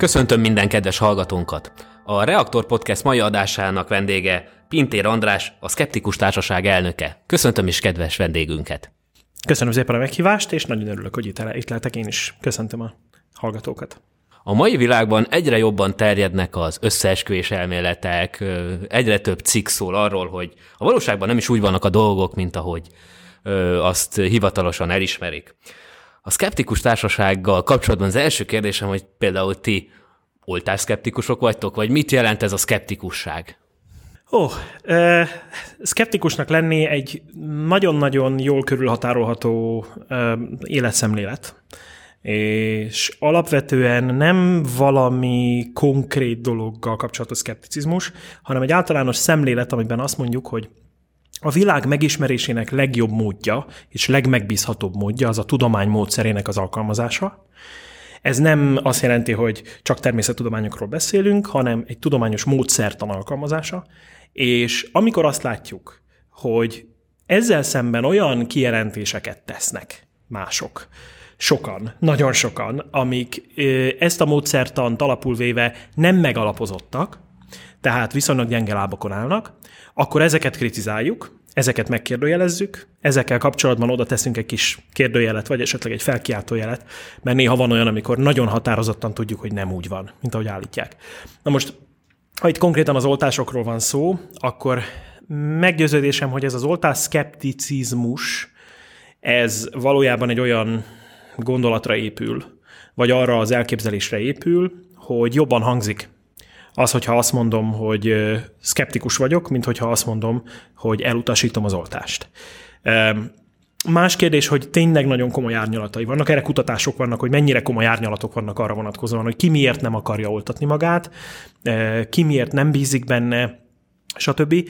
Köszöntöm minden kedves hallgatónkat! A Reaktor Podcast mai adásának vendége Pintér András, a Szkeptikus Társaság elnöke. Köszöntöm is kedves vendégünket! Köszönöm szépen a meghívást, és nagyon örülök, hogy itt lehetek. Én is köszöntöm a hallgatókat. A mai világban egyre jobban terjednek az összeesküvés elméletek, egyre több cikk szól arról, hogy a valóságban nem is úgy vannak a dolgok, mint ahogy azt hivatalosan elismerik. A Szkeptikus Társasággal kapcsolatban az első kérdésem, hogy például ti oltásszkeptikusok vagytok, vagy mit jelent ez a szkeptikusság? Szkeptikusnak lenni egy nagyon-nagyon jól körülhatárolható életszemlélet. És alapvetően nem valami konkrét dologgal kapcsolatos szkepticizmus, hanem egy általános szemlélet, amiben azt mondjuk, hogy a világ megismerésének legjobb módja és legmegbízhatóbb módja az a tudomány módszerének az alkalmazása. Ez nem azt jelenti, hogy csak természettudományokról beszélünk, hanem egy tudományos módszertan alkalmazása, és amikor azt látjuk, hogy ezzel szemben olyan kijelentéseket tesznek mások, sokan, nagyon sokan, amik ezt a módszertant alapul véve nem megalapozottak, tehát viszonylag gyenge lábakon állnak, akkor ezeket kritizáljuk, ezeket megkérdőjelezzük, ezekkel kapcsolatban oda teszünk egy kis kérdőjelet, vagy esetleg egy felkiáltójelet, mert néha van olyan, amikor nagyon határozottan tudjuk, hogy nem úgy van, mint ahogy állítják. Na most, ha itt konkrétan az oltásokról van szó, akkor meggyőződésem, hogy ez az oltásszkepticizmus, ez valójában egy olyan gondolatra épül, vagy arra az elképzelésre épül, hogy jobban hangzik az, hogyha azt mondom, hogy szkeptikus vagyok, mint hogyha azt mondom, hogy elutasítom az oltást. Más kérdés, hogy tényleg nagyon komoly árnyalatai vannak, erre kutatások vannak, hogy mennyire komoly árnyalatok vannak arra vonatkozóan, hogy ki miért nem akarja oltatni magát, ki miért nem bízik benne, stb.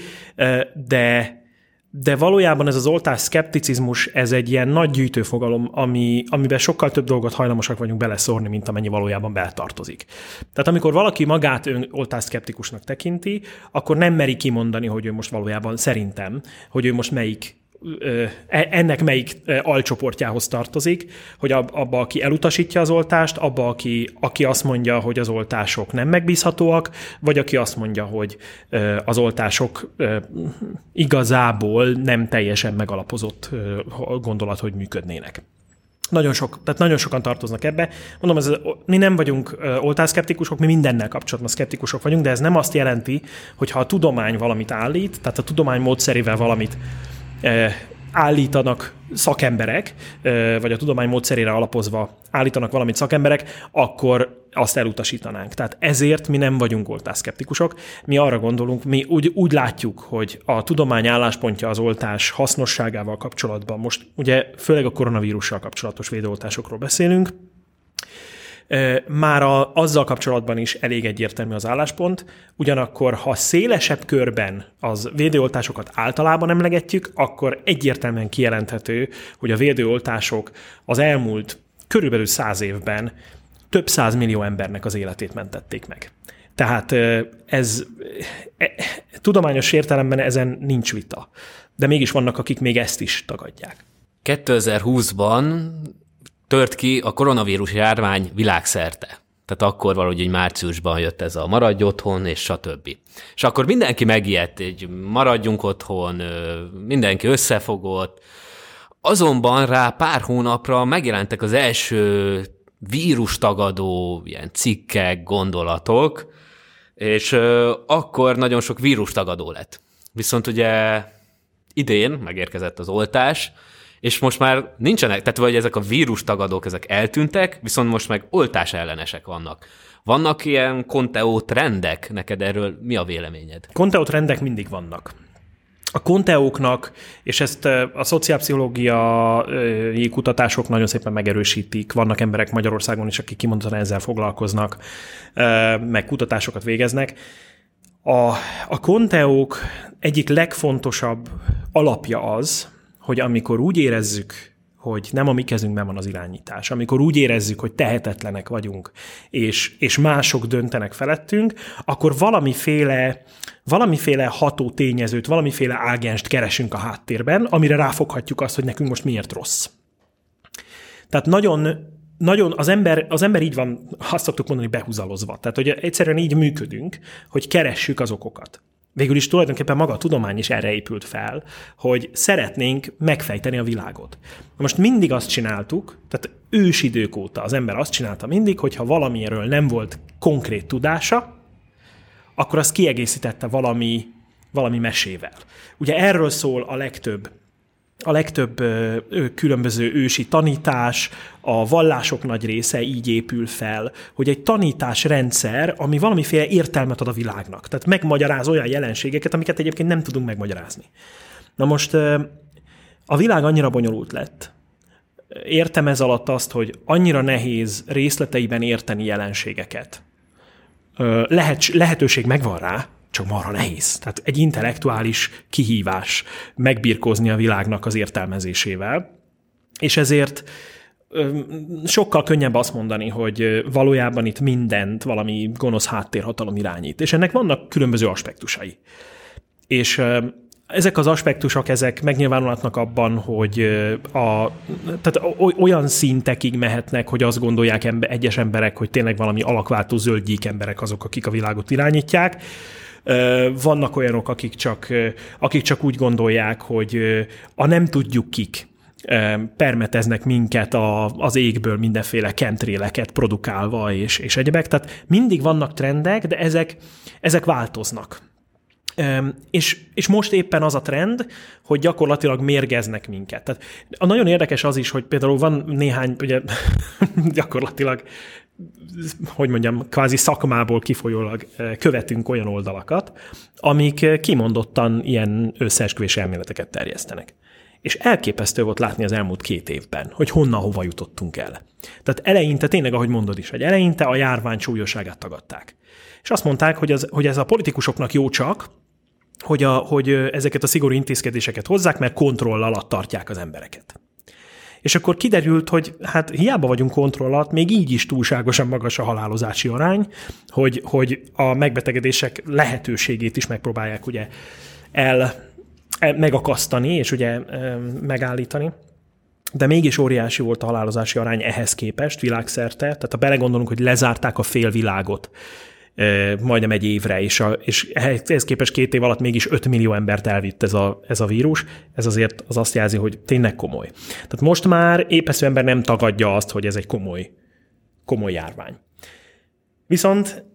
De valójában ez az oltás szkepticizmus, ez egy ilyen nagy gyűjtőfogalom, amiben sokkal több dolgot hajlamosak vagyunk beleszórni, mint amennyi valójában beletartozik. Tehát amikor valaki magát oltás szkeptikusnak tekinti, akkor nem meri kimondani, hogy ő most valójában szerintem, hogy ő most ennek melyik alcsoportjához tartozik, hogy abba, aki elutasítja az oltást, abba, aki azt mondja, hogy az oltások nem megbízhatóak, vagy aki azt mondja, hogy az oltások igazából nem teljesen megalapozott gondolat, hogy működnének. Nagyon sokan tartoznak ebbe. Mondom, mi nem vagyunk oltásszkeptikusok, mi mindennel kapcsolatban szkeptikusok vagyunk, de ez nem azt jelenti, hogy ha a tudomány valamit állít, tehát a tudomány módszerével valamit állítanak szakemberek, vagy a tudomány módszerére alapozva állítanak valamit szakemberek, akkor azt elutasítanánk. Tehát ezért mi nem vagyunk oltásszkeptikusok. Mi arra gondolunk, mi úgy látjuk, hogy a tudomány álláspontja az oltás hasznosságával kapcsolatban, most ugye főleg a koronavírussal kapcsolatos védőoltásokról beszélünk, már azzal kapcsolatban is elég egyértelmű az álláspont, ugyanakkor ha szélesebb körben az védőoltásokat általában emlegetjük, akkor egyértelműen kijelenthető, hogy a védőoltások az elmúlt körülbelül 100 évben több 100 millió embernek az életét mentették meg. Tehát ez tudományos értelemben ezen nincs vita. De mégis vannak, akik még ezt is tagadják. 2020-ban tört ki a koronavírus járvány világszerte. Tehát akkor valahogy egy márciusban jött ez a maradj otthon, és stb. És akkor mindenki megijedt, hogy maradjunk otthon, mindenki összefogott. Azonban rá pár hónapra megjelentek az első vírustagadó ilyen cikkek, gondolatok, és akkor nagyon sok vírustagadó lett. Viszont ugye idén megérkezett az oltás, és most már nincsenek, tehát vagy ezek a vírustagadók, ezek eltűntek, viszont most meg oltás ellenesek vannak. Vannak ilyen konteó trendek? Neked erről mi a véleményed? Konteó trendek mindig vannak. A konteóknak, és ezt a szociálpszichológiai kutatások nagyon szépen megerősítik, vannak emberek Magyarországon is, akik kimondottan ezzel foglalkoznak, meg kutatásokat végeznek. A konteók egyik legfontosabb alapja az, hogy amikor úgy érezzük, hogy nem a mi kezünkben van az irányítás, amikor úgy érezzük, hogy tehetetlenek vagyunk, és mások döntenek felettünk, akkor valamiféle ható tényezőt, valamiféle ágenst keresünk a háttérben, amire ráfoghatjuk azt, hogy nekünk most miért rossz. Tehát nagyon, nagyon az ember így van, azt szoktuk mondani, behúzalozva. Tehát, hogy egyszerűen így működünk, hogy keressük az okokat. Végül is tulajdonképpen maga a tudomány is erre épült fel, hogy szeretnénk megfejteni a világot. Most mindig azt csináltuk, tehát ősidők óta az ember azt csinálta mindig, hogyha valamiről nem volt konkrét tudása, akkor azt kiegészítette valami mesével. Ugye erről szól a legtöbb különböző ősi tanítás, a vallások nagy része így épül fel, hogy egy tanításrendszer, ami valamiféle értelmet ad a világnak. Tehát megmagyaráz olyan jelenségeket, amiket egyébként nem tudunk megmagyarázni. Na most a világ annyira bonyolult lett. Értem ez alatt azt, hogy annyira nehéz részleteiben érteni jelenségeket. Lehetőség megvan rá, csak marha nehéz. Tehát egy intellektuális kihívás megbirkózni a világnak az értelmezésével, és ezért sokkal könnyebb azt mondani, hogy valójában itt mindent valami gonosz háttérhatalom irányít. És ennek vannak különböző aspektusai. És ezek az aspektusok, ezek megnyilvánulhatnak abban, hogy tehát olyan szintekig mehetnek, hogy azt gondolják egyes emberek, hogy tényleg valami alakváltó zöldgyík emberek azok, akik a világot irányítják. Vannak olyanok, akik csak úgy gondolják, hogy a nem tudjuk kik permeteznek minket az égből mindenféle chemtraileket produkálva és egyebek. Tehát mindig vannak trendek, de ezek változnak. És most éppen az a trend, hogy gyakorlatilag mérgeznek minket. Tehát nagyon érdekes az is, hogy például van néhány, ugye gyakorlatilag, hogy mondjam, kvázi szakmából kifolyólag követünk olyan oldalakat, amik kimondottan ilyen összeesküvés elméleteket terjesztenek. És elképesztő volt látni az elmúlt 2 évben, hogy hova jutottunk el. Tehát eleinte, tényleg ahogy mondod is, hogy eleinte a járvány súlyosságát tagadták. És azt mondták, hogy ez a politikusoknak jó csak, hogy ezeket a szigorú intézkedéseket hozzák, mert kontroll alatt tartják az embereket. És akkor kiderült, hogy hát hiába vagyunk kontroll alatt, még így is túlságosan magas a halálozási arány, hogy a megbetegedések lehetőségét is megpróbálják ugye megakasztani, és ugye megállítani. De mégis óriási volt a halálozási arány ehhez képest világszerte. Tehát ha belegondolunk, hogy lezárták a fél világot majdnem egy évre, és ehhez képest 2 év alatt mégis 5 millió embert elvitt ez a vírus, ez azért az azt jelzi, hogy tényleg komoly. Tehát most már épeszű ember nem tagadja azt, hogy ez egy komoly járvány. Viszont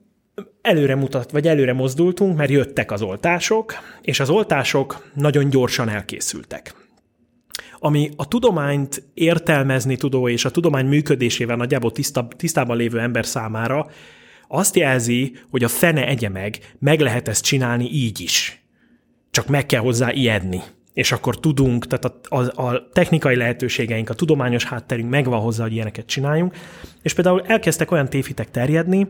előre mozdultunk, mert jöttek az oltások, és az oltások nagyon gyorsan elkészültek. Ami a tudományt értelmezni tudó és a tudomány működésével nagyjából tisztában lévő ember számára azt jelzi, hogy a fene egye meg lehet ezt csinálni így is. Csak meg kell hozzá ijedni. És akkor tudunk, tehát a technikai lehetőségeink, a tudományos hátterünk megvan hozzá, hogy ilyeneket csináljunk. És például elkezdtek olyan tévhitek terjedni,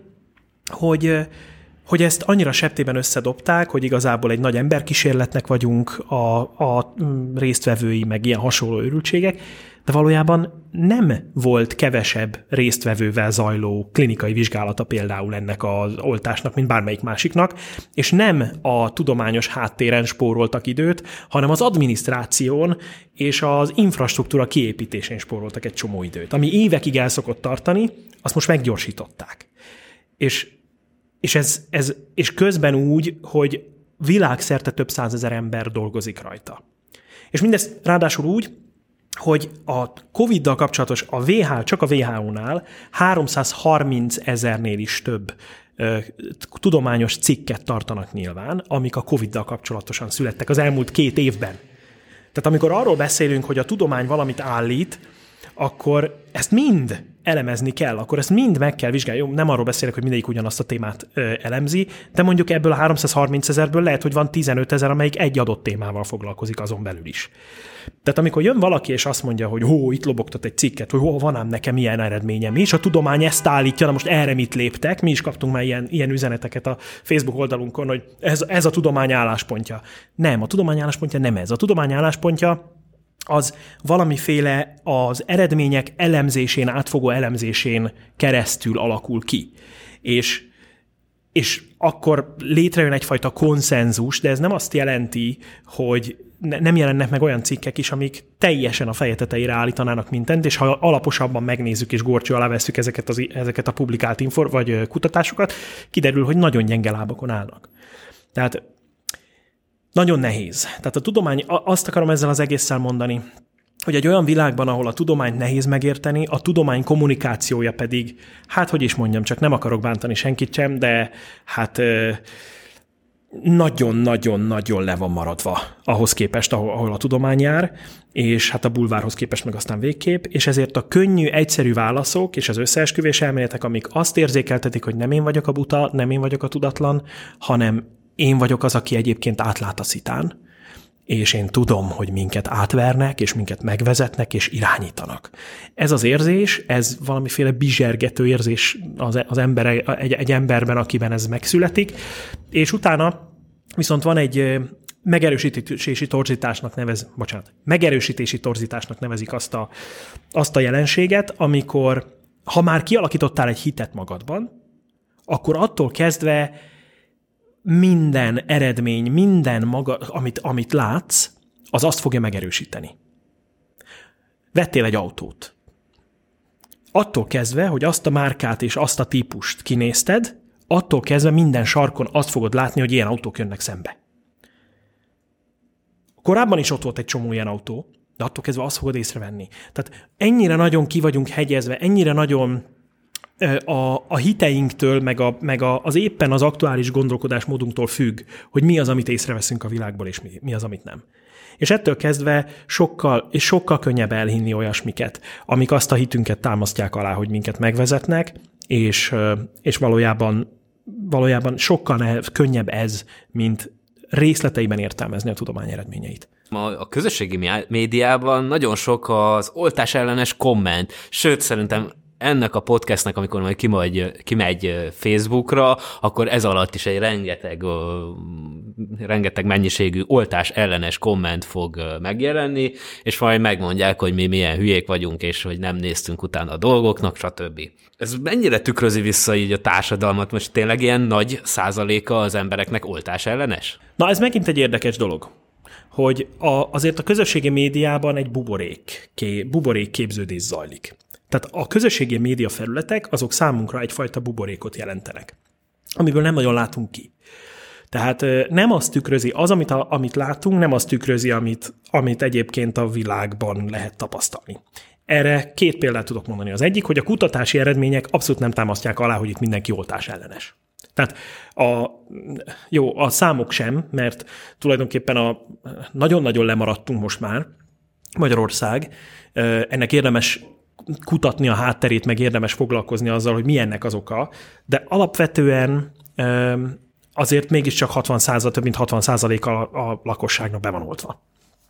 hogy ezt annyira septében összedobták, hogy igazából egy nagy emberkísérletnek vagyunk a résztvevői, meg ilyen hasonló őrültségek, de valójában nem volt kevesebb résztvevővel zajló klinikai vizsgálata például ennek az oltásnak, mint bármelyik másiknak, és nem a tudományos háttéren spóroltak időt, hanem az adminisztráción és az infrastruktúra kiépítésén spóroltak egy csomó időt. Ami évekig el szokott tartani, azt most meggyorsították. És közben úgy, hogy világszerte több 100 000 ember dolgozik rajta. És mindezt ráadásul úgy, hogy a Covid-dal kapcsolatos csak a WHO-nál 330 000-nél is több tudományos cikket tartanak nyilván, amik a Covid-dal kapcsolatosan születtek az elmúlt 2 évben. Tehát amikor arról beszélünk, hogy a tudomány valamit állít, akkor ezt mind elemezni kell, akkor ezt mind meg kell vizsgálni. Jó, nem arról beszélek, hogy mindegyik ugyanazt a témát elemzi, de mondjuk ebből a 330 000-ből lehet, hogy van 15 000, amelyik egy adott témával foglalkozik azon belül is. Tehát amikor jön valaki, és azt mondja, hogy itt lobogtat egy cikket, hogy van ám nekem ilyen eredményem is, a tudomány ezt állítja, na most erre mit léptek, mi is kaptunk már ilyen üzeneteket a Facebook oldalunkon, hogy ez a tudomány álláspontja. Nem, a tudomány álláspontja nem ez. A tudomány álláspontja az valamiféle az eredmények elemzésén, átfogó elemzésén keresztül alakul ki. És akkor létrejön egyfajta konszenzus, de ez nem azt jelenti, hogy nem jelennek meg olyan cikkek is, amik teljesen a feje tetejére állítanának mindent, és ha alaposabban megnézzük és górcső alá vesszük ezeket a publikált vagy kutatásokat, kiderül, hogy nagyon gyenge lábakon állnak. Tehát nagyon nehéz. Tehát a tudomány, azt akarom ezzel az egésszel mondani, hogy egy olyan világban, ahol a tudományt nehéz megérteni, a tudomány kommunikációja pedig, hát hogy is mondjam, csak nem akarok bántani senkit sem, de hát nagyon-nagyon-nagyon le van maradva ahhoz képest, ahol a tudomány jár, és hát a bulvárhoz képest meg aztán végképp, és ezért a könnyű, egyszerű válaszok és az összeesküvés elméletek, amik azt érzékeltetik, hogy nem én vagyok a buta, nem én vagyok a tudatlan, hanem én vagyok az, aki egyébként átlát a szitán, és én tudom, hogy minket átvernek, és minket megvezetnek, és irányítanak. Ez az érzés, ez valamiféle bizsergető érzés egy emberben, akiben ez megszületik, és utána viszont van egy megerősítési torzításnak nevezik azt a jelenséget, amikor, ha már kialakítottál egy hitet magadban, akkor attól kezdve minden eredmény, minden maga, amit látsz, az azt fogja megerősíteni. Vettél egy autót. Attól kezdve, hogy azt a márkát és azt a típust kinézted, attól kezdve minden sarkon azt fogod látni, hogy ilyen autók jönnek szembe. Korábban is ott volt egy csomó ilyen autó, de attól kezdve azt fogod észrevenni. Tehát ennyire nagyon ki vagyunk hegyezve, ennyire nagyon a hiteinktől, meg az éppen az aktuális gondolkodásmódunktól függ, hogy mi az, amit észreveszünk a világból, és mi az, amit nem. És ettől kezdve sokkal könnyebb elhinni olyasmiket, amik azt a hitünket támasztják alá, hogy minket megvezetnek, és valójában sokkal könnyebb ez, mint részleteiben értelmezni a tudomány eredményeit. A közösségi médiában nagyon sok az oltás ellenes komment, sőt szerintem ennek a podcastnek, amikor majd kimegy Facebookra, akkor ez alatt is egy rengeteg mennyiségű oltás ellenes komment fog megjelenni, és majd megmondják, hogy mi milyen hülyék vagyunk, és hogy nem néztünk utána a dolgoknak, stb. Ez mennyire tükrözi vissza így a társadalmat? Most tényleg ilyen nagy százaléka az embereknek oltás ellenes? Na, ez megint egy érdekes dolog, hogy azért a közösségi médiában egy buborékképződés zajlik. Tehát a közösségi média felületek, azok számunkra egyfajta buborékot jelentenek, amiből nem nagyon látunk ki. Tehát nem azt tükrözi, amit látunk, nem azt tükrözi, amit egyébként a világban lehet tapasztalni. Erre 2 példát tudok mondani. Az egyik, hogy a kutatási eredmények abszolút nem támasztják alá, hogy itt mindenki oltás ellenes. Tehát a számok sem, mert tulajdonképpen nagyon-nagyon lemaradtunk most már, Magyarország, ennek érdemes kutatni a hátterét, meg érdemes foglalkozni azzal, hogy mi ennek az oka, de alapvetően azért mégiscsak több mint 60% a lakosságnak be van oltva.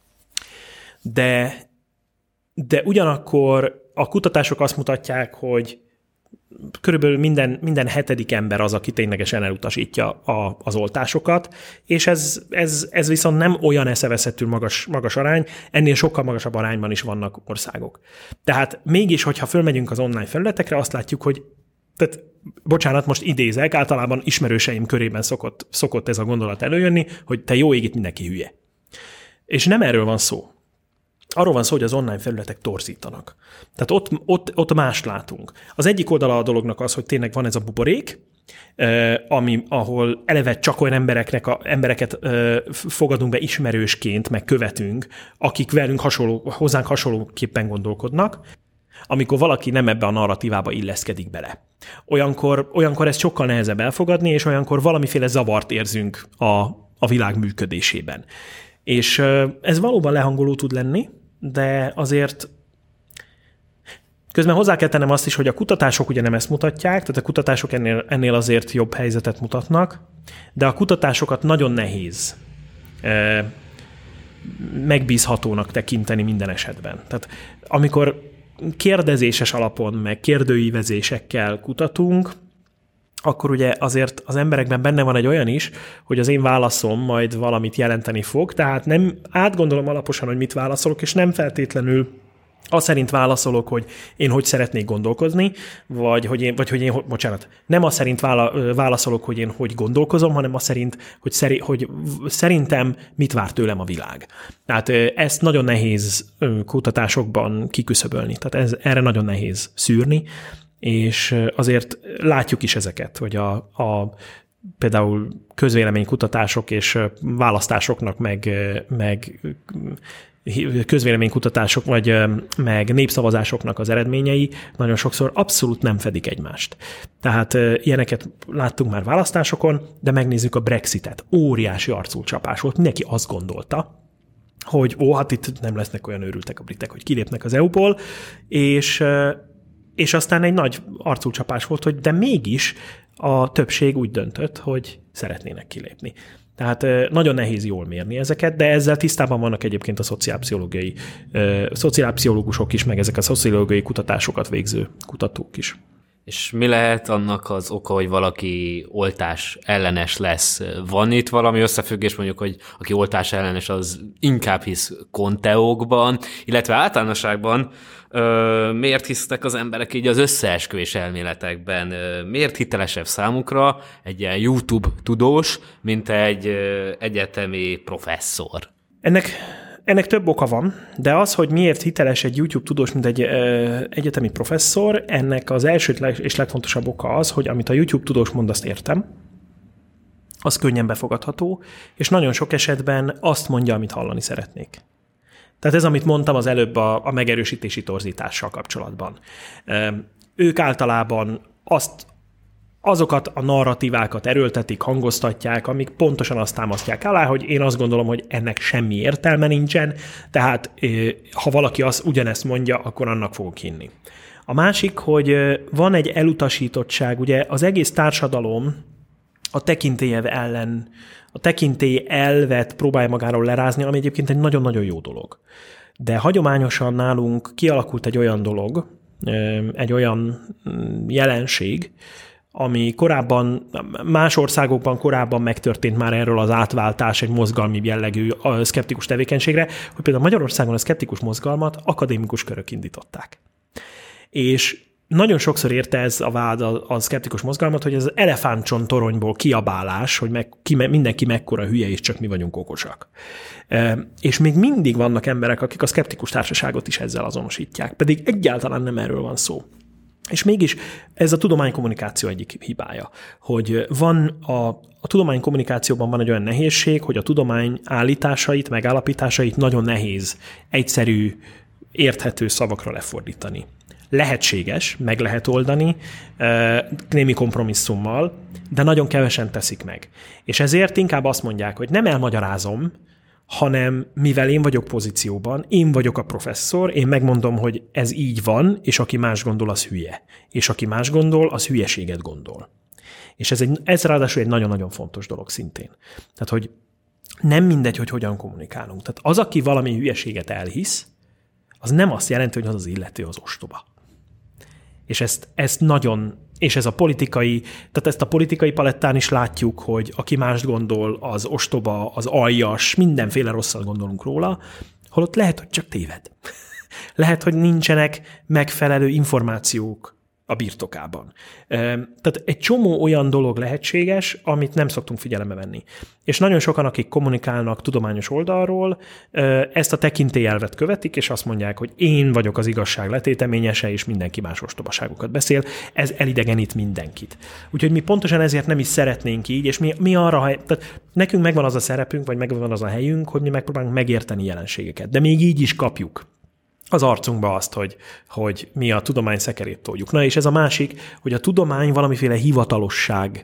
De ugyanakkor a kutatások azt mutatják, hogy körülbelül minden 7. ember az, aki ténylegesen elutasítja az oltásokat, és ez viszont nem olyan eszeveszettül magas arány, ennél sokkal magasabb arányban is vannak országok. Tehát mégis, hogyha fölmegyünk az online felületekre, azt látjuk, hogy bocsánat, most idézek, általában ismerőseim körében szokott ez a gondolat előjönni, hogy te jó ég, itt mindenki hülye. És nem erről van szó. Arról van szó, hogy az online felületek torzítanak. Tehát ott mást látunk. Az egyik oldala a dolognak az, hogy tényleg van ez a buborék, ahol eleve csak olyan embereket fogadunk be ismerősként, meg követünk, akik hozzánk hasonlóképpen gondolkodnak, amikor valaki nem ebbe a narratívába illeszkedik bele. Olyankor ezt sokkal nehezebb elfogadni, és olyankor valamiféle zavart érzünk a világ működésében. És ez valóban lehangoló tud lenni, de azért közben hozzá kell tennem azt is, hogy a kutatások ugye nem ezt mutatják, tehát a kutatások ennél azért jobb helyzetet mutatnak, de a kutatásokat nagyon nehéz megbízhatónak tekinteni minden esetben. Tehát amikor kérdezéses alapon, meg kérdőívezésekkel kutatunk, akkor ugye azért az emberekben benne van egy olyan is, hogy az én válaszom majd valamit jelenteni fog, tehát nem átgondolom alaposan, hogy mit válaszolok, és nem feltétlenül Az szerint válaszolok, hogy én hogy szeretnék gondolkozni, nem az szerint válaszolok, hogy én hogy gondolkozom, hanem az szerint, hogy szerintem mit vár tőlem a világ. Tehát ezt nagyon nehéz kutatásokban kiküszöbölni, tehát erre nagyon nehéz szűrni, és azért látjuk is ezeket, hogy például közvéleménykutatások és választásoknak meg közvéleménykutatások, meg népszavazásoknak az eredményei nagyon sokszor abszolút nem fedik egymást. Tehát ilyeneket láttunk már választásokon, de megnézzük a Brexitet. Óriási arculcsapás volt. Mindenki azt gondolta, hogy hát itt nem lesznek olyan őrültek a britek, hogy kilépnek az EU-ból, és aztán egy nagy arculcsapás volt, hogy de mégis a többség úgy döntött, hogy szeretnének kilépni. Tehát nagyon nehéz jól mérni ezeket, de ezzel tisztában vannak egyébként a szociálpszichológusok is, meg ezek a szociológiai kutatásokat végző kutatók is. És mi lehet annak az oka, hogy valaki oltás ellenes lesz? Van itt valami összefüggés, mondjuk, hogy aki oltás ellenes, az inkább hisz konteókban, illetve általánosságban miért hisznek az emberek így az összeesküvés elméletekben? Miért hitelesebb számukra egy ilyen YouTube tudós, mint egy egyetemi professzor? Ennek több oka van, de az, hogy miért hiteles egy YouTube tudós, mint egy egyetemi professzor, ennek az első és legfontosabb oka az, hogy amit a YouTube tudós mond, azt értem, az könnyen befogadható, és nagyon sok esetben azt mondja, amit hallani szeretnék. Tehát ez, amit mondtam az előbb a megerősítési torzítással kapcsolatban. Ők általában azokat a narratívákat erőltetik, hangoztatják, amik pontosan azt támasztják alá, hogy én azt gondolom, hogy ennek semmi értelme nincsen, tehát ha valaki ugyanezt mondja, akkor annak fogok hinni. A másik, hogy van egy elutasítottság, ugye az egész társadalom a tekintély elvet próbálja magáról lerázni, ami egyébként egy nagyon-nagyon jó dolog. De hagyományosan nálunk kialakult egy olyan dolog, egy olyan jelenség, ami más országokban korábban megtörtént már erről az átváltás egy mozgalmi jellegű szkeptikus tevékenységre, hogy például Magyarországon a szkeptikus mozgalmat akadémikus körök indították. És nagyon sokszor érte ez a vád a szkeptikus mozgalmat, hogy ez az elefántcsontoronyból kiabálás, hogy mindenki mekkora hülye, és csak mi vagyunk okosak. És még mindig vannak emberek, akik a szkeptikus társaságot is ezzel azonosítják, pedig egyáltalán nem erről van szó. És mégis ez a tudománykommunikáció egyik hibája, hogy a tudománykommunikációban van egy olyan nehézség, hogy a tudomány állításait, megállapításait nagyon nehéz, egyszerű, érthető szavakra lefordítani. Lehetséges, meg lehet oldani némi kompromisszummal, de nagyon kevesen teszik meg. És ezért inkább azt mondják, hogy nem elmagyarázom, hanem mivel én vagyok pozícióban, én vagyok a professzor, én megmondom, hogy ez így van, és aki más gondol, az hülye. És aki más gondol, az hülyeséget gondol. És ez ráadásul egy nagyon-nagyon fontos dolog szintén. Tehát, hogy nem mindegy, hogy hogyan kommunikálunk. Tehát az, aki valami hülyeséget elhisz, az nem azt jelenti, hogy az illető az ostoba. És ez a politikai, tehát ezt a politikai palettán is látjuk, hogy aki mást gondol, az ostoba, az aljas, mindenféle rosszat gondolunk róla, holott lehet, hogy csak téved. Lehet, hogy nincsenek megfelelő információk a birtokában. Tehát egy csomó olyan dolog lehetséges, amit nem szoktunk figyelembe venni. És nagyon sokan, akik kommunikálnak tudományos oldalról, ezt a tekintélyelvet követik, és azt mondják, hogy én vagyok az igazság letéteményese, és mindenki más ostobaságokat beszél. Ez elidegenít mindenkit. Úgyhogy mi pontosan ezért nem is szeretnénk így, és mi arra, tehát nekünk megvan az a szerepünk, vagy megvan az a helyünk, hogy mi megpróbálunk megérteni jelenségeket. De még így is kapjuk az arcunkba azt, hogy mi a tudomány szekerét toljuk. Na és ez a másik, hogy a tudomány valamiféle hivatalosság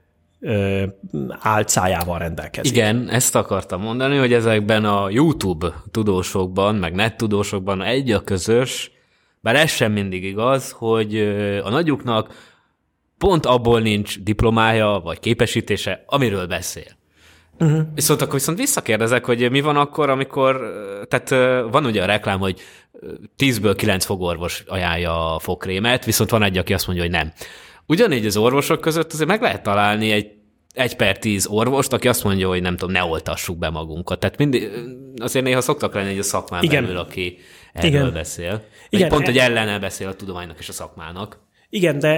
álcájával rendelkezik. Igen, ezt akartam mondani, hogy ezekben a YouTube tudósokban, meg nettudósokban egy a közös, bár ez sem mindig igaz, hogy a nagyuknak pont abból nincs diplomája, vagy képesítése, amiről beszél. Uh-huh. Viszont visszakérdezek, hogy mi van akkor, amikor, tehát van ugye a reklám, hogy 10-ből 9 fogorvos ajánlja a fogkrémet, viszont van egy, aki azt mondja, hogy nem. Ugyanígy az orvosok között azért meg lehet találni egy 1/10 orvost, aki azt mondja, hogy nem tudom, ne oltassuk be magunkat. Tehát azért néha szoktak lenni egy a szakmán belül, aki erről beszél. Igen, pont, hogy ellene beszél a tudománynak és a szakmának. Igen, de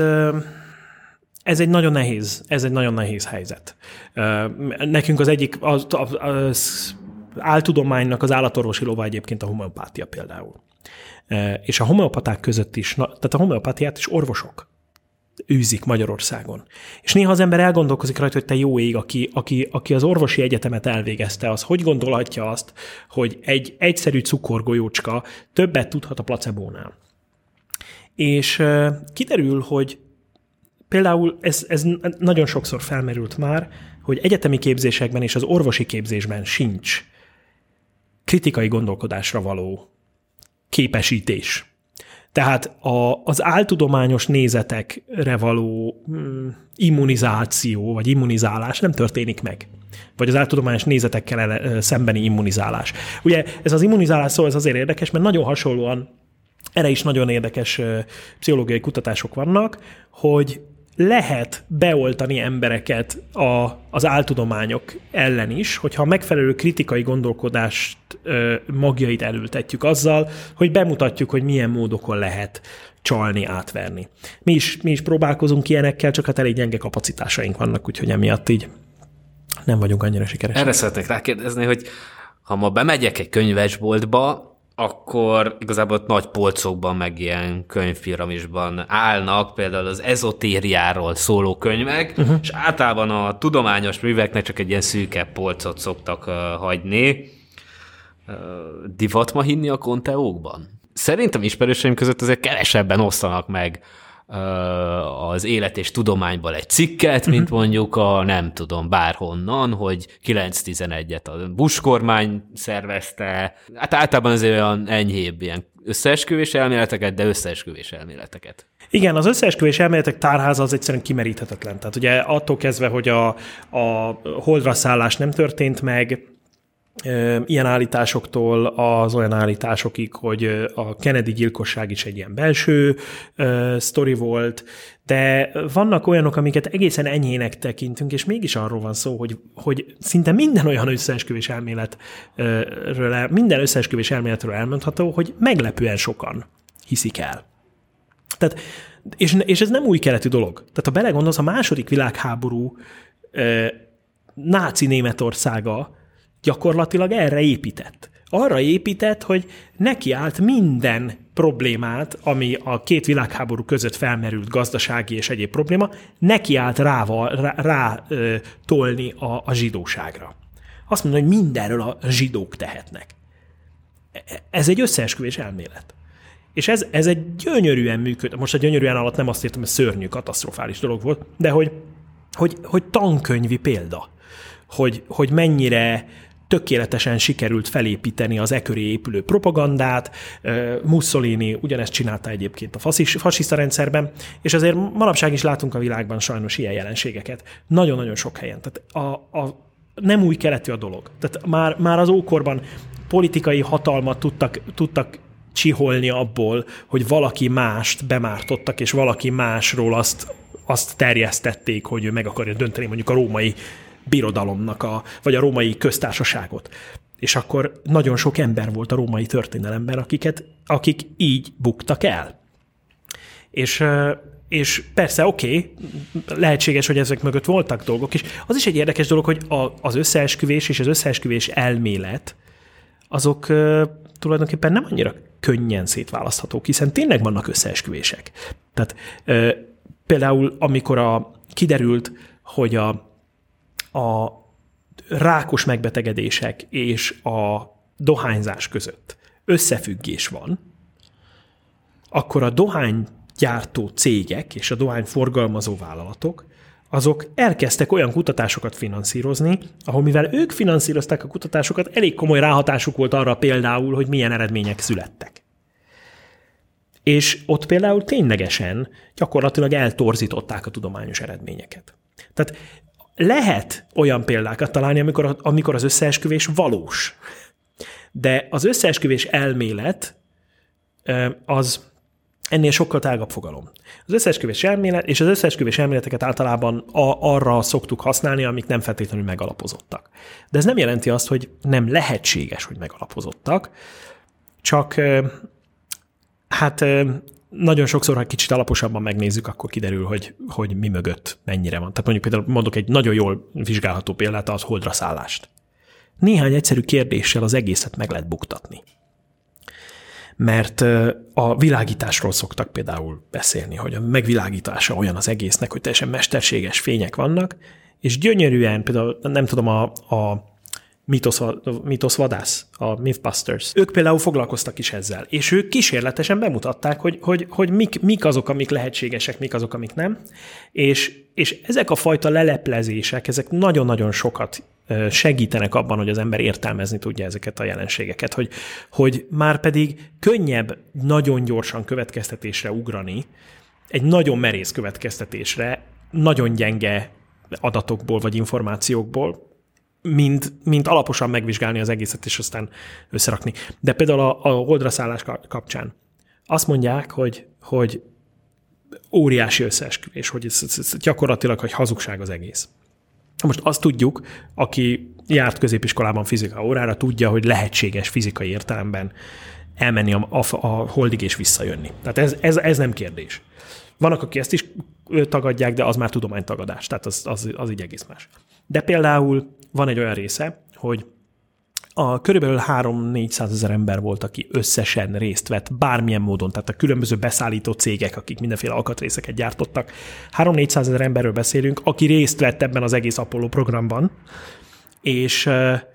ez egy nagyon nehéz helyzet. Nekünk az egyik az áltudománynak az állatorvosi lova egyébként a homeopátia például. És a homeopaták között is, tehát a homeopátiát is orvosok űzik Magyarországon. És néha az ember elgondolkozik rajta, hogy te jó ég, aki az orvosi egyetemet elvégezte, az hogy gondolhatja azt, hogy egy egyszerű cukorgolyócska többet tudhat a placebónál. És kiderül, hogy például ez nagyon sokszor felmerült már, hogy egyetemi képzésekben és az orvosi képzésben sincs kritikai gondolkodásra való képesítés. Tehát az áltudományos nézetekre való immunizáció, vagy immunizálás nem történik meg. Vagy az áltudományos nézetekkel szembeni immunizálás. Ugye ez az immunizálás szó, ez azért érdekes, mert nagyon hasonlóan, erre is nagyon érdekes pszichológiai kutatások vannak, hogy lehet beoltani embereket az áltudományok ellen is, hogyha a megfelelő kritikai gondolkodást magjait elültetjük azzal, hogy bemutatjuk, hogy milyen módokon lehet csalni, átverni. Mi is próbálkozunk ilyenekkel, csak hát elég gyenge kapacitásaink vannak, úgyhogy emiatt így nem vagyunk annyira sikeresek. Erre szeretnék rákérdezni, hogy ha ma bemegyek egy könyvesboltba, akkor igazából ott nagy polcokban, meg ilyen könyvpiramisban állnak például az ezotériáról szóló könyvek, és általában a tudományos műveknek csak egy ilyen szűkebb polcot szoktak hagyni. Divat ma hinni a konteókban? Szerintem ismerőseim között azért kevesebben osztanak meg az élet és tudományból egy cikket, mint mondjuk nem tudom, bárhonnan, hogy 9-11-et a Bush kormány szervezte. Hát általában azért olyan enyhébb ilyen összeesküvés elméleteket, de összeesküvés elméleteket. Igen, az összeesküvés elméletek tárháza az egyszerűen kimeríthetetlen. Tehát ugye attól kezdve, hogy a holdra szállás nem történt meg, ilyen állításoktól az olyan állításokig, hogy a Kennedy gyilkosság is egy ilyen belső sztori volt, de vannak olyanok, amiket egészen enyhének tekintünk, és mégis arról van szó, hogy szinte minden olyan összeesküvés elméletről, minden összeesküvés elméletről elmondható, hogy meglepően sokan hiszik el. Tehát, és ez nem új keletű dolog. Tehát ha belegondolsz, a második világháború náci Németországa gyakorlatilag erre épített. Arra épített, hogy nekiállt minden problémát, ami a két világháború között felmerült gazdasági és egyéb probléma, nekiállt rá tolni a zsidóságra. Azt mondja, hogy mindenről a zsidók tehetnek. Ez egy összeesküvés elmélet. És ez egy gyönyörűen működő. Most a gyönyörűen alatt nem azt értem, hogy szörnyű, katasztrofális dolog volt, de hogy tankönyvi példa. Hogy mennyire tökéletesen sikerült felépíteni az e köré épülő propagandát. Mussolini ugyanezt csinálta egyébként a fasiszta rendszerben, és azért manapság is látunk a világban sajnos ilyen jelenségeket. Nagyon-nagyon sok helyen. Tehát nem új keletű a dolog. Tehát már az ókorban politikai hatalmat tudtak csiholni abból, hogy valaki mást bemártottak, és valaki másról azt terjesztették, hogy ő meg akarja dönteni mondjuk a római birodalomnak, vagy a római köztársaságot. És akkor nagyon sok ember volt a római történelemben, akik így buktak el. És persze, oké, lehetséges, hogy ezek mögött voltak dolgok, és az is egy érdekes dolog, hogy az összeesküvés és az összeesküvés elmélet, azok tulajdonképpen nem annyira könnyen szétválaszthatók, hiszen tényleg vannak összeesküvések. Tehát például, amikor kiderült, hogy a rákos megbetegedések és a dohányzás között összefüggés van, akkor a dohánygyártó cégek és a dohányforgalmazó vállalatok azok elkezdtek olyan kutatásokat finanszírozni, ahol mivel ők finanszírozták a kutatásokat, elég komoly ráhatásuk volt arra például, hogy milyen eredmények születtek. És ott például ténylegesen gyakorlatilag eltorzították a tudományos eredményeket. Tehát lehet olyan példákat találni, amikor az összeesküvés valós. De az összeesküvés elmélet az ennél sokkal tágabb fogalom. Az összeesküvés elmélet, és az összeesküvés elméleteket általában arra szoktuk használni, amik nem feltétlenül megalapozottak. De ez nem jelenti azt, hogy nem lehetséges, hogy megalapozottak, csak hát nagyon sokszor, ha kicsit alaposabban megnézzük, akkor kiderül, hogy mi mögött mennyire van. Tehát mondjuk például mondok egy nagyon jól vizsgálható példát, az holdra szállást. Néhány egyszerű kérdéssel az egészet meg lehet buktatni. Mert a világításról szoktak például beszélni, hogy a megvilágítása olyan az egésznek, hogy teljesen mesterséges fények vannak, és gyönyörűen, például nem tudom, a Mítoszvadász, a Mythbusters, ők például foglalkoztak is ezzel, és ők kísérletesen bemutatták, hogy mik azok, amik lehetségesek, mik azok, amik nem, és ezek a fajta leleplezések, ezek nagyon-nagyon sokat segítenek abban, hogy az ember értelmezni tudja ezeket a jelenségeket, hogy már pedig könnyebb nagyon gyorsan következtetésre ugrani, egy nagyon merész következtetésre, nagyon gyenge adatokból vagy információkból, mint alaposan megvizsgálni az egészet, és aztán összerakni. De például a holdra szállás kapcsán azt mondják, hogy óriási összeesküvés, hogy ez gyakorlatilag hogy hazugság az egész. Most azt tudjuk, aki járt középiskolában fizika órára, tudja, hogy lehetséges fizikai értelemben elmenni a holdig és visszajönni. Tehát ez nem kérdés. Vannak, akik ezt is tagadják, de az már tudománytagadás, tehát az így egész más. De például van egy olyan része, hogy körülbelül 300-400 ezer ember volt, aki összesen részt vett bármilyen módon, tehát a különböző beszállító cégek, akik mindenféle alkatrészeket gyártottak. 300-400 ezer emberről beszélünk, aki részt vett ebben az egész Apollo programban, és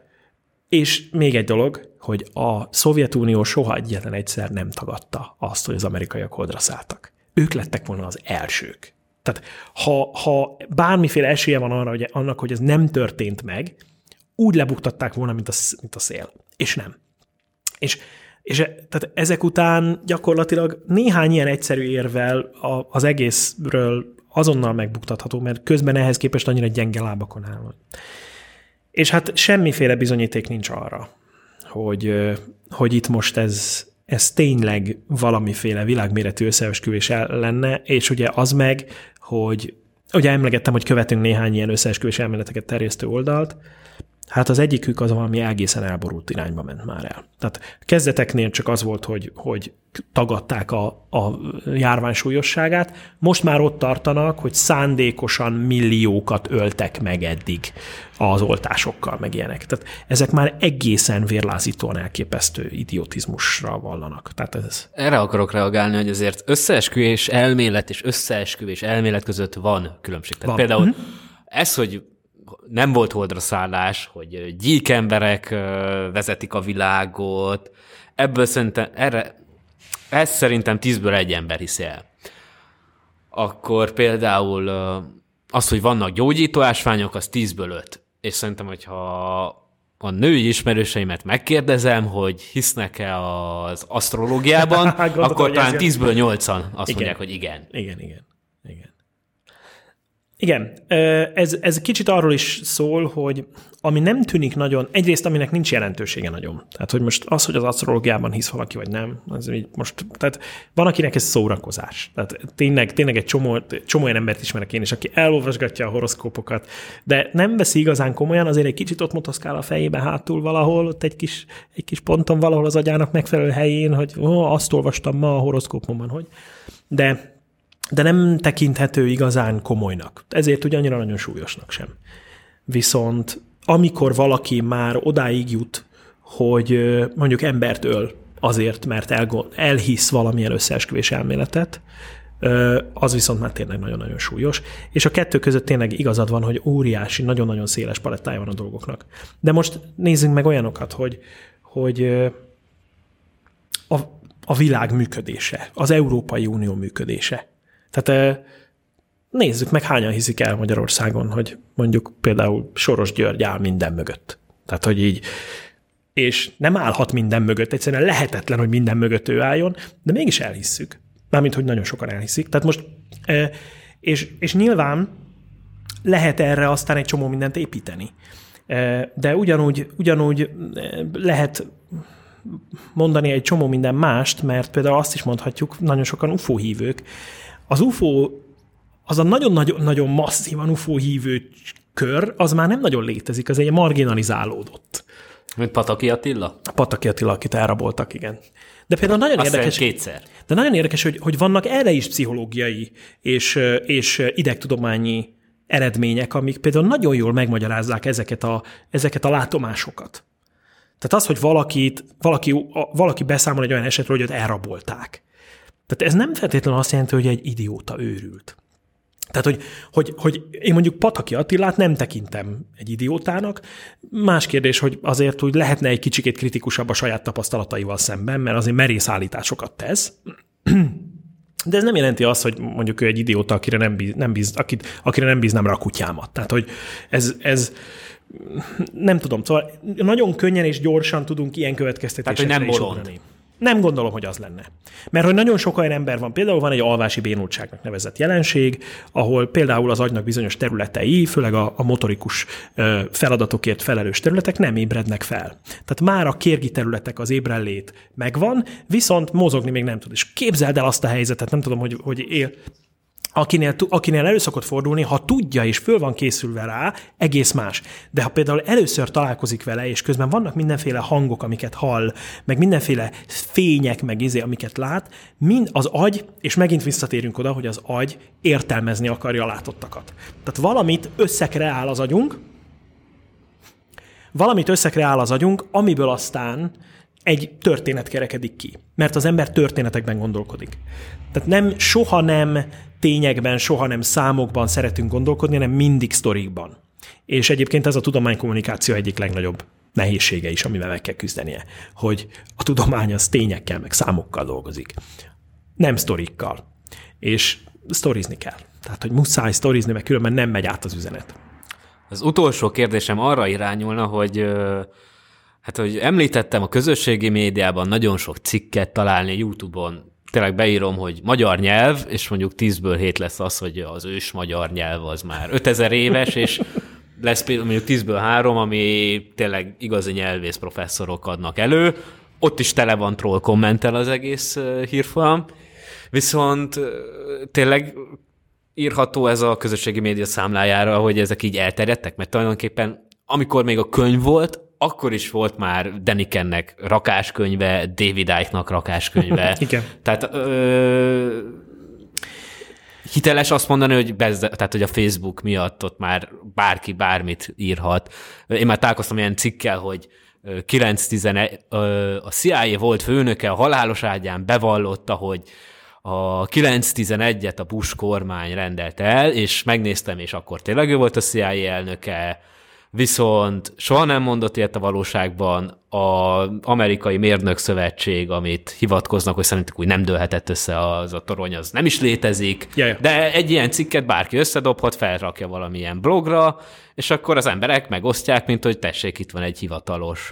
még egy dolog, hogy a Szovjetunió soha egyetlen egyszer nem tagadta azt, hogy az amerikaiak holdra szálltak. Ők lettek volna az elsők. Tehát ha bármiféle esélye van arra, hogy annak, hogy ez nem történt meg, úgy lebuktatták volna, mint a szél. És nem. És tehát ezek után gyakorlatilag néhány ilyen egyszerű érvel az egészről azonnal megbuktatható, mert közben ehhez képest annyira gyenge lábakon áll. És hát semmiféle bizonyíték nincs arra, hogy itt most ez tényleg valamiféle világméretű összeesküvés lenne, és ugye az meg, hogy ugye emlegettem, hogy követünk néhány ilyen összeesküvés elméleteket terjesztő oldalt, hát az egyikük az valami egészen elborult irányba ment már el. Tehát kezdeteknél csak az volt, hogy tagadták a járvány súlyosságát, most már ott tartanak, hogy szándékosan milliókat öltek meg eddig az oltásokkal, meg ilyenek. Tehát ezek már egészen vérlázítóan elképesztő idiotizmusra vallanak. Tehát erre akarok reagálni, hogy azért összeesküvés elmélet és összeesküvés elmélet között van különbség. Tehát például ez, hogy nem volt holdra szállás, hogy gyík emberek vezetik a világot, ebből szerintem, ez szerintem 10-ből 1 ember hisz el. Akkor például az, hogy vannak gyógyító ásványok, az 10-ből 5. És szerintem, hogyha a női ismerőseimet megkérdezem, hogy hisznek-e az asztrológiában, akkor talán 10-ből 8-an azt mondják, hogy igen. Igen, ez kicsit arról is szól, hogy ami nem tűnik nagyon, egyrészt aminek nincs jelentősége nagyon. Tehát, hogy most az, hogy az asztrológiában hisz valaki, vagy nem, az így most, tehát van, akinek ez szórakozás. Tehát tényleg egy csomó olyan embert ismerek én is, aki elolvasgatja a horoszkópokat, de nem veszi igazán komolyan, azért egy kicsit ott motoszkál a fejében hátul valahol, ott egy kis ponton valahol az agyának megfelelő helyén, hogy azt olvastam ma a horoszkópomban, hogy... De nem tekinthető igazán komolynak. Ezért ugye annyira nagyon súlyosnak sem. Viszont amikor valaki már odáig jut, hogy mondjuk embert öl azért, mert elhisz valamilyen összeesküvés elméletet, az viszont már tényleg nagyon-nagyon súlyos. És a kettő között tényleg igazad van, hogy óriási, nagyon-nagyon széles palettája van a dolgoknak. De most nézzünk meg olyanokat, hogy a világ működése, az Európai Unió működése. Tehát nézzük meg, hányan hiszik el Magyarországon, hogy mondjuk például Soros György áll minden mögött. Tehát, hogy így, és nem állhat minden mögött, egyszerűen lehetetlen, hogy minden mögött ő álljon, de mégis elhisszük. Mármint, hogy nagyon sokan elhiszik. Tehát most, és nyilván lehet erre aztán egy csomó mindent építeni. De ugyanúgy lehet mondani egy csomó minden mást, mert például azt is mondhatjuk, nagyon sokan UFO hívők. Az UFO, az a nagyon-nagyon masszívan UFO hívő kör, az már nem nagyon létezik, az egy marginalizálódott. Mint Pataki Attila? Pataki Attila, akit elraboltak, igen. De például nagyon érdekes... kétszer. De nagyon érdekes, hogy vannak erre is pszichológiai és idegtudományi eredmények, amik például nagyon jól megmagyarázzák ezeket a látomásokat. Tehát az, hogy valaki beszámol egy olyan esetről, hogy őt elrabolták. Tehát ez nem feltétlenül azt jelenti, hogy egy idióta őrült. Tehát, hogy én mondjuk Pataki Attilát nem tekintem egy idiótának. Más kérdés, hogy azért úgy lehetne egy kicsikét kritikusabb a saját tapasztalataival szemben, mert azért merész állításokat tesz. De ez nem jelenti azt, hogy mondjuk ő egy idióta, akire nem bíznám rá a kutyámat. Tehát, hogy ez nem tudom, szóval nagyon könnyen és gyorsan tudunk ilyen következtetésekre is ugrani. Nem gondolom, hogy az lenne. Mert hogy nagyon sok olyan ember van, például van egy alvási bénultságnak nevezett jelenség, ahol például az agynak bizonyos területei, főleg a motorikus feladatokért felelős területek nem ébrednek fel. Tehát már a kérgi területek, az ébrenlét megvan, viszont mozogni még nem tud. És képzeld el azt a helyzetet, nem tudom, hogy él, akinél elő szokott fordulni, ha tudja és föl van készülve rá, egész más. De ha például először találkozik vele, és közben vannak mindenféle hangok, amiket hall, meg mindenféle fények, meg amiket lát, mind az agy, és megint visszatérünk oda, hogy az agy értelmezni akarja a látottakat. Tehát valamit összekreál az agyunk, amiből aztán egy történet kerekedik ki. Mert az ember történetekben gondolkodik. Tehát soha nem tényekben, soha nem számokban szeretünk gondolkodni, hanem mindig sztorikban. És egyébként ez a tudománykommunikáció egyik legnagyobb nehézsége is, amivel meg kell küzdenie, hogy a tudomány az tényekkel, meg számokkal dolgozik. Nem sztorikkal. És sztorizni kell. Tehát, hogy muszáj sztorizni, mert különben nem megy át az üzenet. Az utolsó kérdésem arra irányulna, hogy említettem, a közösségi médiában nagyon sok cikket találni YouTube-on. Tényleg beírom, hogy magyar nyelv, és mondjuk 10-ből 7 lesz az, hogy az ős magyar nyelv az már 5000 éves, és lesz mondjuk 10-ből 3, ami tényleg igazi nyelvész professzorok adnak elő. Ott is tele van troll kommentel az egész hírfolyam. Viszont tényleg írható ez a közösségi média számlájára, hogy ezek így elterjedtek, mert tulajdonképpen amikor még a könyv volt, akkor is volt már Denikennek rakáskönyve, David Icke-nak rakáskönyve. Igen. Tehát hiteles azt mondani, hogy a Facebook miatt ott már bárki bármit írhat. Én már találkoztam ilyen cikkel, hogy 9-11, a CIA volt főnöke a halálos ágyán bevallotta, hogy a 9-11-et a Bush kormány rendelte el, és megnéztem, és akkor tényleg ő volt a CIA elnöke, viszont soha nem mondott ilyet a valóságban. Az amerikai mérnök szövetség, amit hivatkoznak, hogy szerintük úgy nem dőlhetett össze az a torony, az nem is létezik, de egy ilyen cikket bárki összedobhat, felrakja valamilyen blogra, és akkor az emberek megosztják, mint hogy tessék, itt van egy hivatalos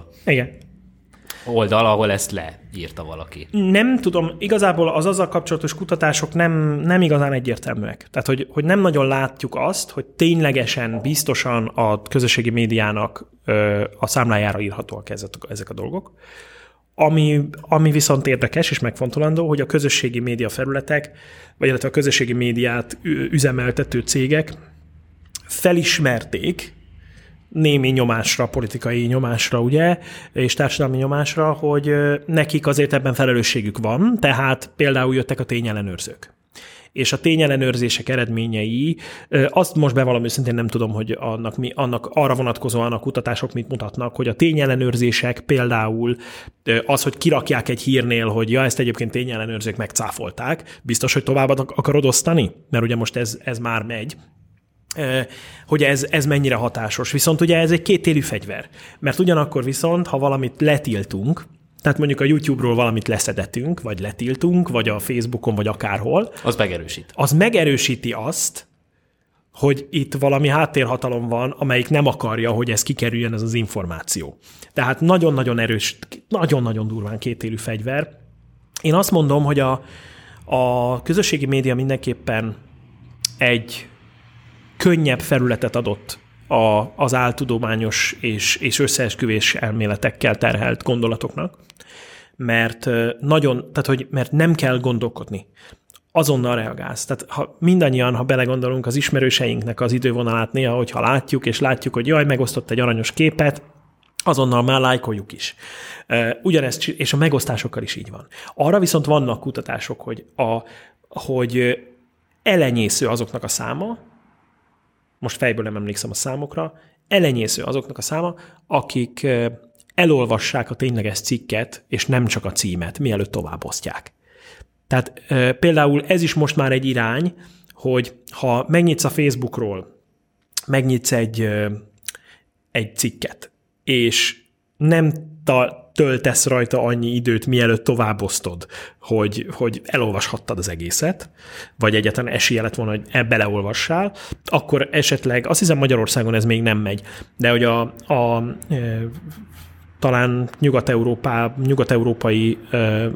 oldal, ahol ezt leírta valaki. Nem tudom, igazából az azzal kapcsolatos kutatások nem igazán egyértelműek. Tehát, hogy nem nagyon látjuk azt, hogy ténylegesen, biztosan a közösségi médiának a számlájára írhatóak ezek a dolgok. Ami viszont érdekes és megfontolandó, hogy a közösségi média felületek, vagy illetve a közösségi médiát üzemeltető cégek felismerték némi nyomásra, politikai nyomásra, ugye, és társadalmi nyomásra, hogy nekik azért ebben felelősségük van, tehát például jöttek a tényellenőrzők. És a tényellenőrzések eredményei, azt most bevallom őszintén nem tudom, hogy annak arra vonatkozóan a kutatások mit mutatnak, hogy a tényellenőrzések például az, hogy kirakják egy hírnél, hogy ezt egyébként tényellenőrzők megcáfolták, biztos, hogy tovább akarod osztani? Mert ugye most ez már megy. Hogy ez mennyire hatásos. Viszont ugye ez egy kétélű fegyver. Mert ugyanakkor viszont, ha valamit letiltunk, tehát mondjuk a YouTube-ról valamit leszedetünk, vagy letiltunk, vagy a Facebookon, vagy akárhol. Az megerősít. Az megerősíti azt, hogy itt valami háttérhatalom van, amelyik nem akarja, hogy ez kikerüljön, ez az információ. Tehát nagyon-nagyon erős, nagyon-nagyon durván kétélű fegyver. Én azt mondom, hogy a közösségi média mindenképpen egy könnyebb felületet adott az áltudományos és összeesküvés elméletekkel terhelt gondolatoknak, mert mert nem kell gondolkodni. Azonnal reagálsz. Tehát mindannyian, ha belegondolunk az ismerőseinknek az idővonalát néha, hogyha látjuk, hogy jaj, megosztott egy aranyos képet, azonnal már lájkoljuk is. Ugyanezt, és a megosztásokkal is így van. Arra viszont vannak kutatások, hogy elenyésző azoknak a száma, most fejből nem emlékszem a számokra, elenyésző azoknak a száma, akik elolvassák a tényleges cikket, és nem csak a címet, mielőtt továbbosztják. Tehát például ez is most már egy irány, hogy ha megnyitsz a Facebookról, megnyitsz egy cikket, és nem töltesz rajta annyi időt, mielőtt továbbosztod, hogy elolvashattad az egészet, vagy egyáltalán esélye lett volna, hogy beleolvassál, akkor esetleg, azt hiszem Magyarországon ez még nem megy, de hogy talán nyugat-európai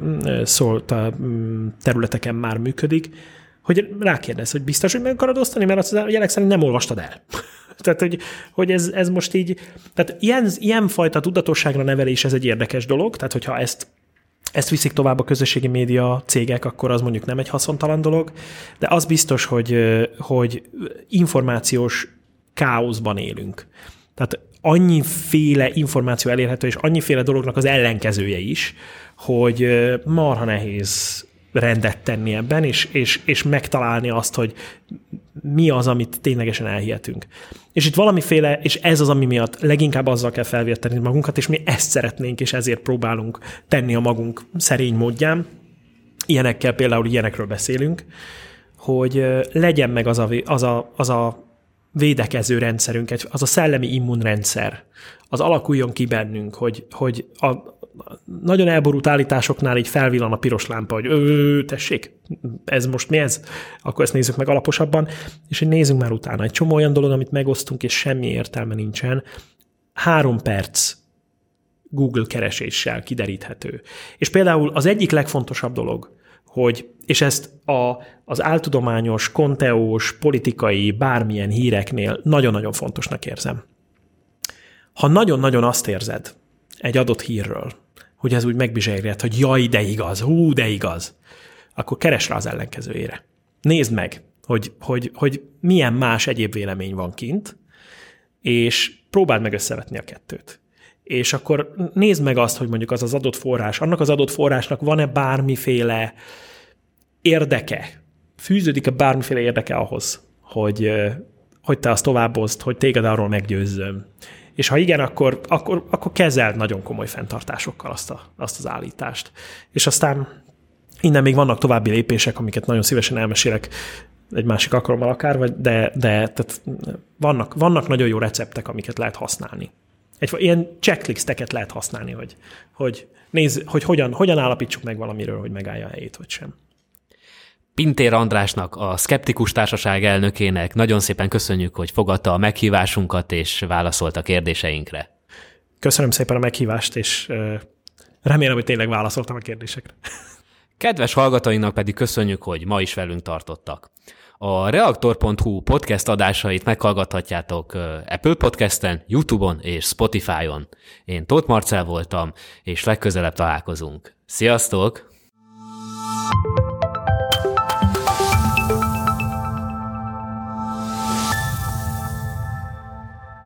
területeken már működik, hogy rákérdez, hogy biztos, hogy meg akarod osztani, mert azt a jelek szerint nem olvastad el. Tehát, hogy ez most így, tehát ilyenfajta tudatosságra nevelés, ez egy érdekes dolog, tehát hogyha ezt viszik tovább a közösségi média cégek, akkor az mondjuk nem egy haszontalan dolog, de az biztos, hogy információs káoszban élünk. Tehát annyiféle információ elérhető, és annyiféle dolognak az ellenkezője is, hogy marha nehéz rendet tenni ebben, és megtalálni azt, hogy mi az, amit ténylegesen elhihetünk. És itt valamiféle, és ez az, ami miatt leginkább azzal kell felvérteni magunkat, és mi ezt szeretnénk, és ezért próbálunk tenni a magunk szerény módján. Ilyenekről beszélünk, hogy legyen meg az a védekező rendszerünk, az a szellemi immunrendszer, az alakuljon ki bennünk, hogy a nagyon elborult állításoknál így felvillan a piros lámpa, hogy tessék, ez most mi ez? Akkor ezt nézzük meg alaposabban, és hogy nézzünk már utána. Egy csomó olyan dolog, amit megosztunk, és semmi értelme nincsen, 3 perc Google kereséssel kideríthető. És például az egyik legfontosabb dolog, és ezt az áltudományos, konteós, politikai, bármilyen híreknél nagyon-nagyon fontosnak érzem. Ha nagyon-nagyon azt érzed egy adott hírről, hogy ez úgy megbizsérjed, hogy jaj, de igaz, de igaz, akkor keresd rá az ellenkezőjére. Nézd meg, hogy milyen más egyéb vélemény van kint, és próbáld meg összevetni a kettőt. És akkor nézd meg azt, hogy mondjuk az adott forrás, annak az adott forrásnak van-e bármiféle érdeke, fűződik-e bármiféle érdeke ahhoz, hogy te azt továbbozd, hogy téged arról meggyőzzön. És ha igen, akkor kezeld nagyon komoly fenntartásokkal azt az állítást. És aztán innen még vannak további lépések, amiket nagyon szívesen elmesélek egy másik alkalommal akár, de tehát vannak nagyon jó receptek, amiket lehet használni. Ilyen checklisteket lehet használni, hogy hogyan állapítsuk meg valamiről, hogy megállja a helyét, vagy sem. Pintér Andrásnak, a Szkeptikus Társaság elnökének nagyon szépen köszönjük, hogy fogadta a meghívásunkat, és válaszolt a kérdéseinkre. Köszönöm szépen a meghívást, és remélem, hogy tényleg válaszoltam a kérdésekre. Kedves hallgatóinknak pedig köszönjük, hogy ma is velünk tartottak. A reaktor.hu podcast adásait meghallgathatjátok Apple Podcasten, YouTube-on és Spotify-on. Én Tóth Marcell voltam, és legközelebb találkozunk. Sziasztok!